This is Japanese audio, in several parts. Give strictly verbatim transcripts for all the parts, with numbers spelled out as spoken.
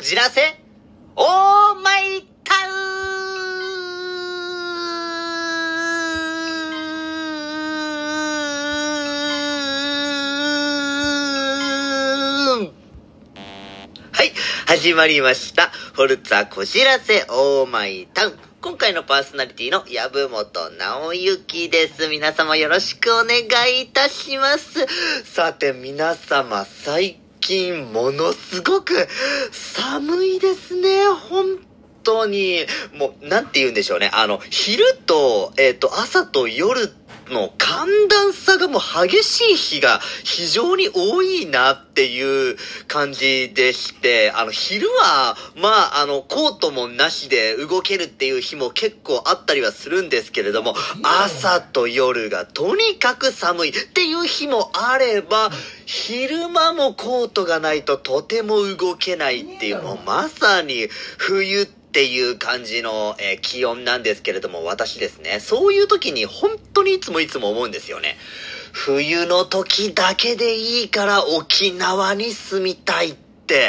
じらせオーマイタウン。はい、始まりましたフォルツァこじらせオーマイタウン。今回のパーソナリティの籔本直之です。皆様よろしくお願いいたします。さて皆様、最近ものすごく寒いですね。本当にもうなんて言うんでしょうね。あの昼とえっと朝と夜の寒暖差がもう激しい日が非常に多いなっていう感じでして、あの昼はまああのコートもなしで動けるっていう日も結構あったりはするんですけれども、朝と夜がとにかく寒いっていう日もあれば、昼間もコートがないととても動けないっていう、もうまさに冬っていう感じの、えー、気温なんですけれども、私ですね、そういう時に本当にいつもいつも思うんですよね。冬の時だけでいいから沖縄に住みたいって。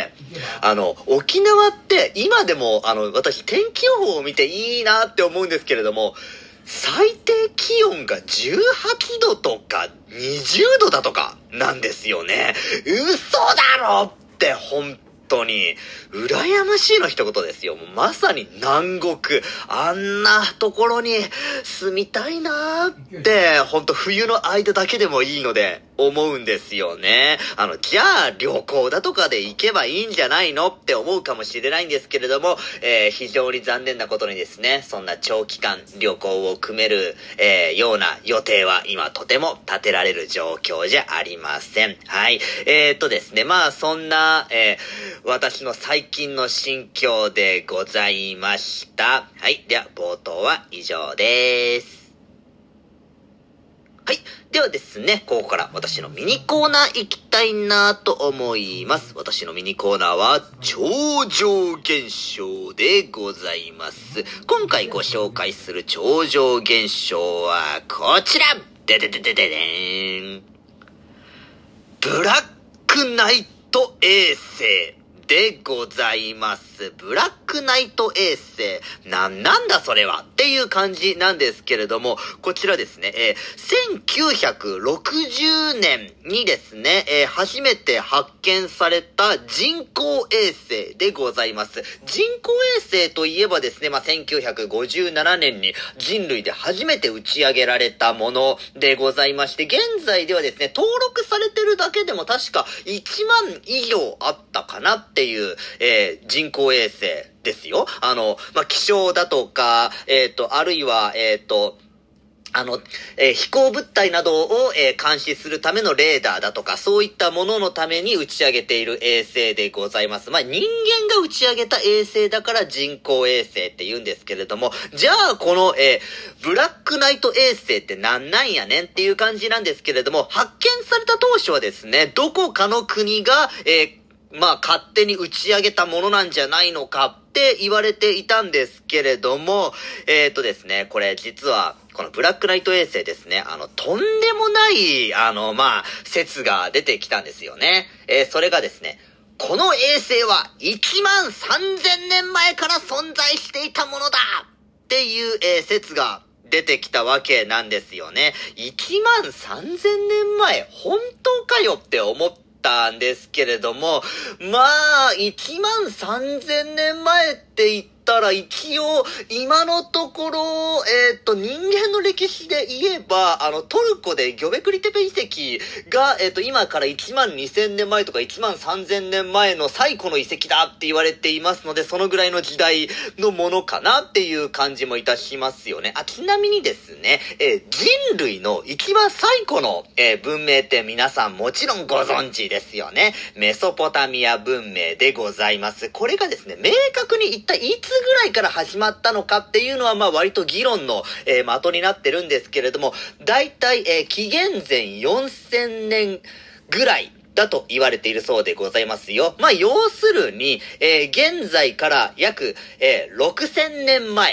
あの沖縄って今でもあの私天気予報を見ていいなって思うんですけれども、最低気温がじゅうはちどとかにじゅうどだとかなんですよね。嘘だろって本当に羨ましいの一言ですよ。もうまさに南国、あんなところに住みたいなーって本当冬の間だけでもいいので思うんですよね。あのじゃあ旅行だとかで行けばいいんじゃないのって思うかもしれないんですけれども、えー、非常に残念なことにですね、そんな長期間旅行を組める、えー、ような予定は今とても立てられる状況じゃありません。はい。えー、っとですね、まあそんな、えー、私の最近の心境でございました。はい。では冒頭は以上です。はい。ではですね、ここから私のミニコーナー行きたいなと思います。私のミニコーナーは、超常現象でございます。今回ご紹介する超常現象はこちらででででででーん。ブラックナイト衛星でございます。ブラックナイト衛星。な、なんだそれはっていう感じなんですけれども、こちらですね、えー、せんきゅうひゃくろくじゅうねんにですね、えー、初めて発見された人工衛星でございます。人工衛星といえばですね、まあ、せんきゅうひゃくごじゅうななねんに人類で初めて打ち上げられたものでございまして、現在ではですね、登録されてるだけでも確かいちまん以上あったかなっていう、えー、人工衛星ですよ。あの、まあ、気象だとか、えっと、あるいは、えっと、あの、えー、飛行物体などを、えー、監視するためのレーダーだとか、そういったもののために打ち上げている衛星でございます。まあ、人間が打ち上げた衛星だから人工衛星って言うんですけれども、じゃあ、この、えー、ブラックナイト衛星ってなんなんやねんっていう感じなんですけれども、発見された当初はですね、どこかの国が、えー、まあ、勝手に打ち上げたものなんじゃないのかって言われていたんですけれども、えーとですね、これ実は、このブラックナイト衛星ですね、あの、とんでもない、あの、まあ、説が出てきたんですよね。えー、それがですね、この衛星はいちまんさんぜんねんまえから存在していたものだっていう、えー、説が出てきたわけなんですよね。いちまんさんぜんねんまえ、本当かよって思ったんですけれども、まあ、いちまんさんぜんねんまえって言ったら一応今のところ、えっと、人間の歴史で言えば、あの、トルコでギョベクリテペ遺跡が、えっと、今からいちまんにせんねんまえとかいちまんさんぜんねんまえの最古の遺跡だって言われていますので、そのぐらいの時代のものかなっていう感じもいたしますよね。あ、ちなみにですね、えー、人類の一番最古の、えー、文明って皆さんもちろんご存知ですよね。メソポタミア文明でございます。これがですね、明確に一体いつぐらいから始まったのかっていうのは、まあ割と議論の、えー、的になってるんですけれども、だいたい、えー、紀元前よんせんねんぐらいだと言われているそうでございますよ。まあ要するに、えー、現在から約、えー、ろくせんねんまえ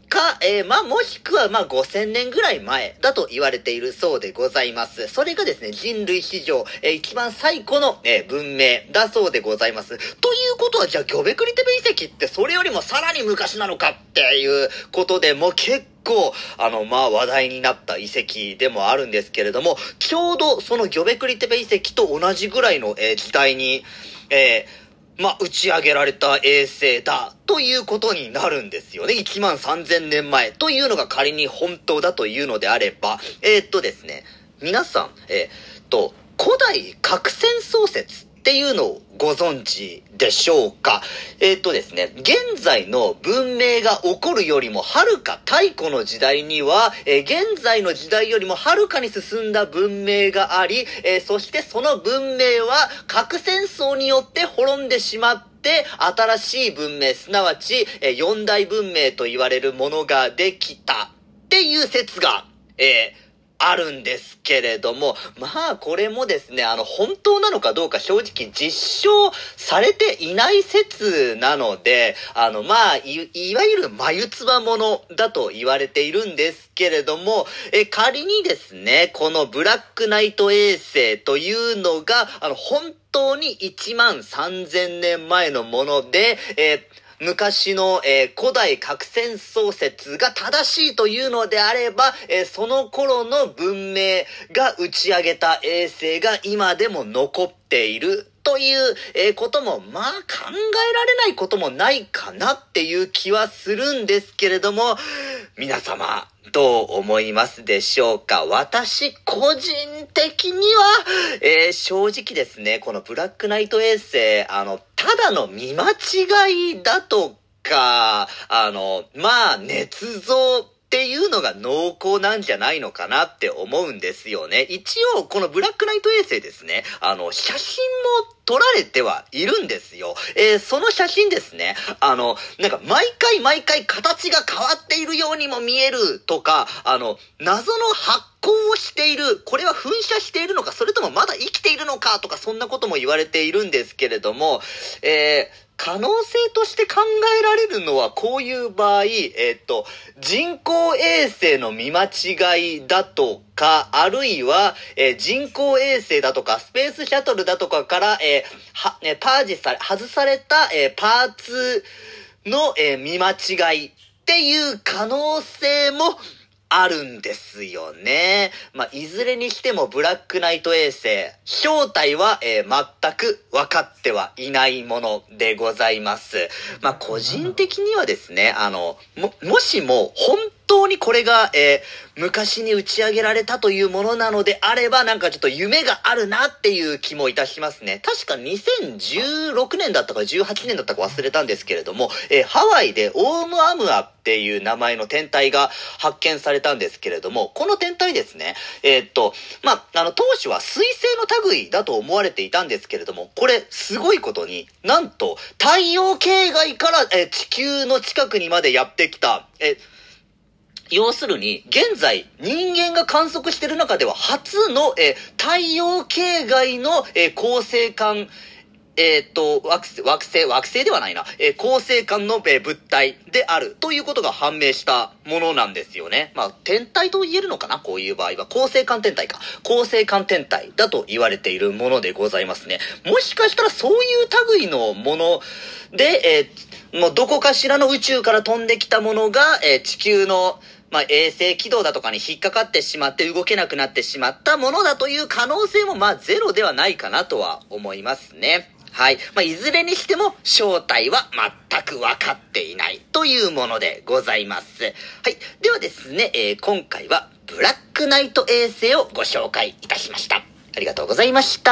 か、えー、まあ、もしくは、まあ、ごせんねんぐらい前だと言われているそうでございます。それがですね、人類史上、えー、一番最古の、えー、文明だそうでございます。ということは、じゃあ、ギョベクリテベ遺跡ってそれよりもさらに昔なのかっていうことで、もう結構、あの、まあ、話題になった遺跡でもあるんですけれども、ちょうどそのギョベクリテベ遺跡と同じぐらいの、えー、時代に、えー、まあ、打ち上げられた衛星だということになるんですよね。いちまんさんぜんねんまえというのが仮に本当だというのであれば、えー、っとですね、皆さん、えー、っと、古代核戦創説っていうのをご存知でしょうか。えー、っとですね、現在の文明が起こるよりもはるか太古の時代には、えー、現在の時代よりもはるかに進んだ文明があり、えー、そしてその文明は核戦争によって滅んでしまって、新しい文明、すなわち、えー、四大文明と言われるものができたっていう説が、えーあるんですけれども、まあこれもですね、あの本当なのかどうか正直実証されていない説なので、あのまあ い, いわゆる眉唾ものだと言われているんですけれども、え仮にですね、このブラックナイト衛星というのがあの本当にいちまんさんぜんねんまえのもので、えー昔の、えー、古代核戦創説が正しいというのであれば、えー、その頃の文明が打ち上げた衛星が今でも残っているという、えー、ことも、まあ考えられないこともないかなっていう気はするんですけれども、皆様、どう思いますでしょうか。私個人的には、えー、正直ですね、このブラックナイト衛星、あの、ただの見間違いだとか、あの、まあ、捏造っていうのが濃厚なんじゃないのかなって思うんですよね。一応、このブラックナイト衛星ですね、あの、写真も撮られてはいるんですよ。えー、その写真ですね、あの、なんか毎回毎回形が変わっているようにも見えるとか、あの、謎の発光をしている、これは噴射しているのか、それともまだ生きているのかとか、そんなことも言われているんですけれども、えー、可能性として考えられるのはこういう場合、えっと、人工衛星の見間違いだとか、あるいは、えー、人工衛星だとか、スペースシャトルだとかから、えー、は、ね、パージされ、外された、えー、パーツの、えー、見間違いっていう可能性もあるんですよね。まあ、いずれにしてもブラックナイト衛星、正体は、えー、全く分かってはいないものでございます。まあ、個人的にはですね、あの、も、もしも本当にこれが、えー、昔に打ち上げられたというものなのであれば、なんかちょっと夢があるなっていう気もいたしますね。確かにせんじゅうろくねんだったかじゅうはちねんだったか忘れたんですけれども、えー、ハワイでオウムアムアっていう名前の天体が発見されたんですけれども、この天体ですね、えー、っと、まあ、あの、当初は水星の類だと思われていたんですけれども、これ、すごいことに、なんと、太陽系外から、えー、地球の近くにまでやってきた、えー要するに、現在、人間が観測している中では初の、えー、太陽系外の、えー、恒星間、えー、っと、惑星、惑星、惑星ではないな、えー、恒星間の、えー、物体であるということが判明したものなんですよね。まあ、天体と言えるのかな、こういう場合は。恒星間天体か。恒星間天体だと言われているものでございますね。もしかしたらそういう類のもので、えー、もうどこかしらの宇宙から飛んできたものが、えー、地球の、まあ、衛星軌道だとかに引っかかってしまって動けなくなってしまったものだという可能性もまあゼロではないかなとは思いますね。はい。まあ、いずれにしても正体は全く分かっていないというものでございます。はい。ではですね、えー、今回はブラックナイト衛星をご紹介いたしました。ありがとうございました。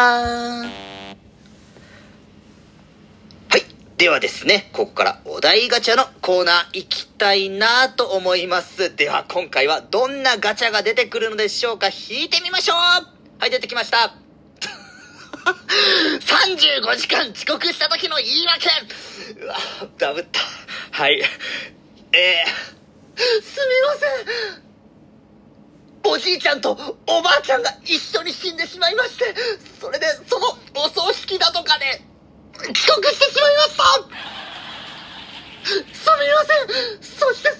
ではですね、ここからお題ガチャのコーナー行きたいなと思います。では今回はどんなガチャが出てくるのでしょうか。引いてみましょう。はい、出てきました。さんじゅうごじかん遅刻した時の言い訳。うわ、ダブった。はい。えー、すみません。おじいちゃんとおばあちゃんが一緒に死んでしまいまして、それでそのお葬式だとかで、遅刻してしまいました。すみません。そしてその後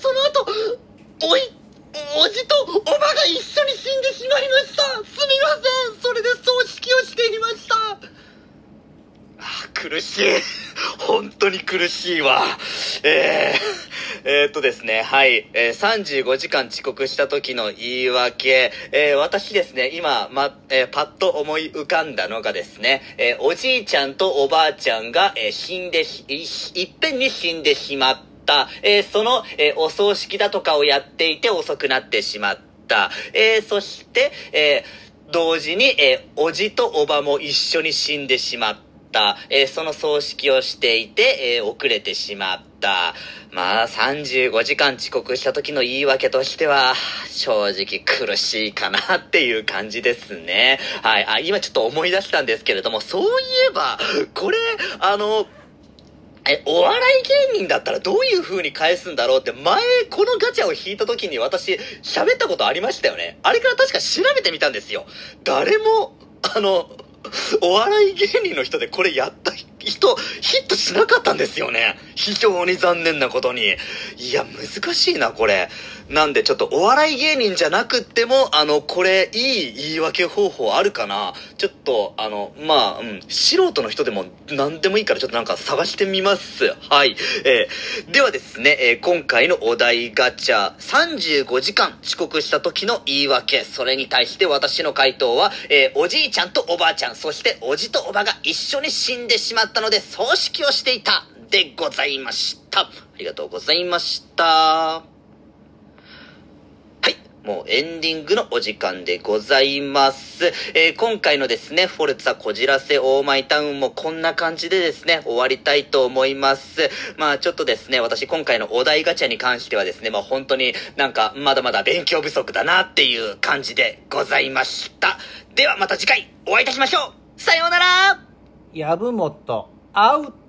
おい、おじとおばが一緒に死んでしまいました。すみません。それで葬式をしていました。あ、苦しい。本当に苦しいわ。えー、えー、っとですね、はい、えー、さんじゅうごじかん遅刻した時の言い訳、えー、私ですね、今、ま、えー、パッと思い浮かんだのがですね、えー、おじいちゃんとおばあちゃんが、えー、死んでし、い、いっぺんに死んでしまった。えー、その、えー、お葬式だとかをやっていて遅くなってしまった。えー、そして、えー、同時に、えー、おじとおばも一緒に死んでしまった。えー、その葬式をしていて、えー、遅れてしまった。まあ、さんじゅうごじかん遅刻した時の言い訳としては、正直苦しいかなっていう感じですね。はい。あ、今ちょっと思い出したんですけれども、そういえば、これ、あの、え、お笑い芸人だったらどういう風に返すんだろうって前このガチャを引いた時に私喋ったことありましたよね。あれから確か調べてみたんですよ。誰も、あの、お笑い芸人の人でこれやった人ヒットしなかったんですよね。非常に残念なことに。いや、難しいなこれ。なんでちょっとお笑い芸人じゃなくっても、あの、これいい言い訳方法あるかな。ちょっと、あの、まあ、うん、素人の人でも何でもいいからちょっとなんか探してみます。はい。えー、ではですね、えー、今回のお題ガチャ、さんじゅうごじかん遅刻した時の言い訳、それに対して私の回答は、えー、おじいちゃんとおばあちゃん、そしておじとおばが一緒に死んでしまったので葬式をしていたでございました。ありがとうございました。もうエンディングのお時間でございます。えー、今回のですね、フォルツァこじらせオーマイタウンもこんな感じでですね、終わりたいと思います。まあちょっとですね、私今回のお題ガチャに関してはですね、まあ本当になんかまだまだ勉強不足だなっていう感じでございました。ではまた次回お会いいたしましょう。さようなら。 籔本アウト。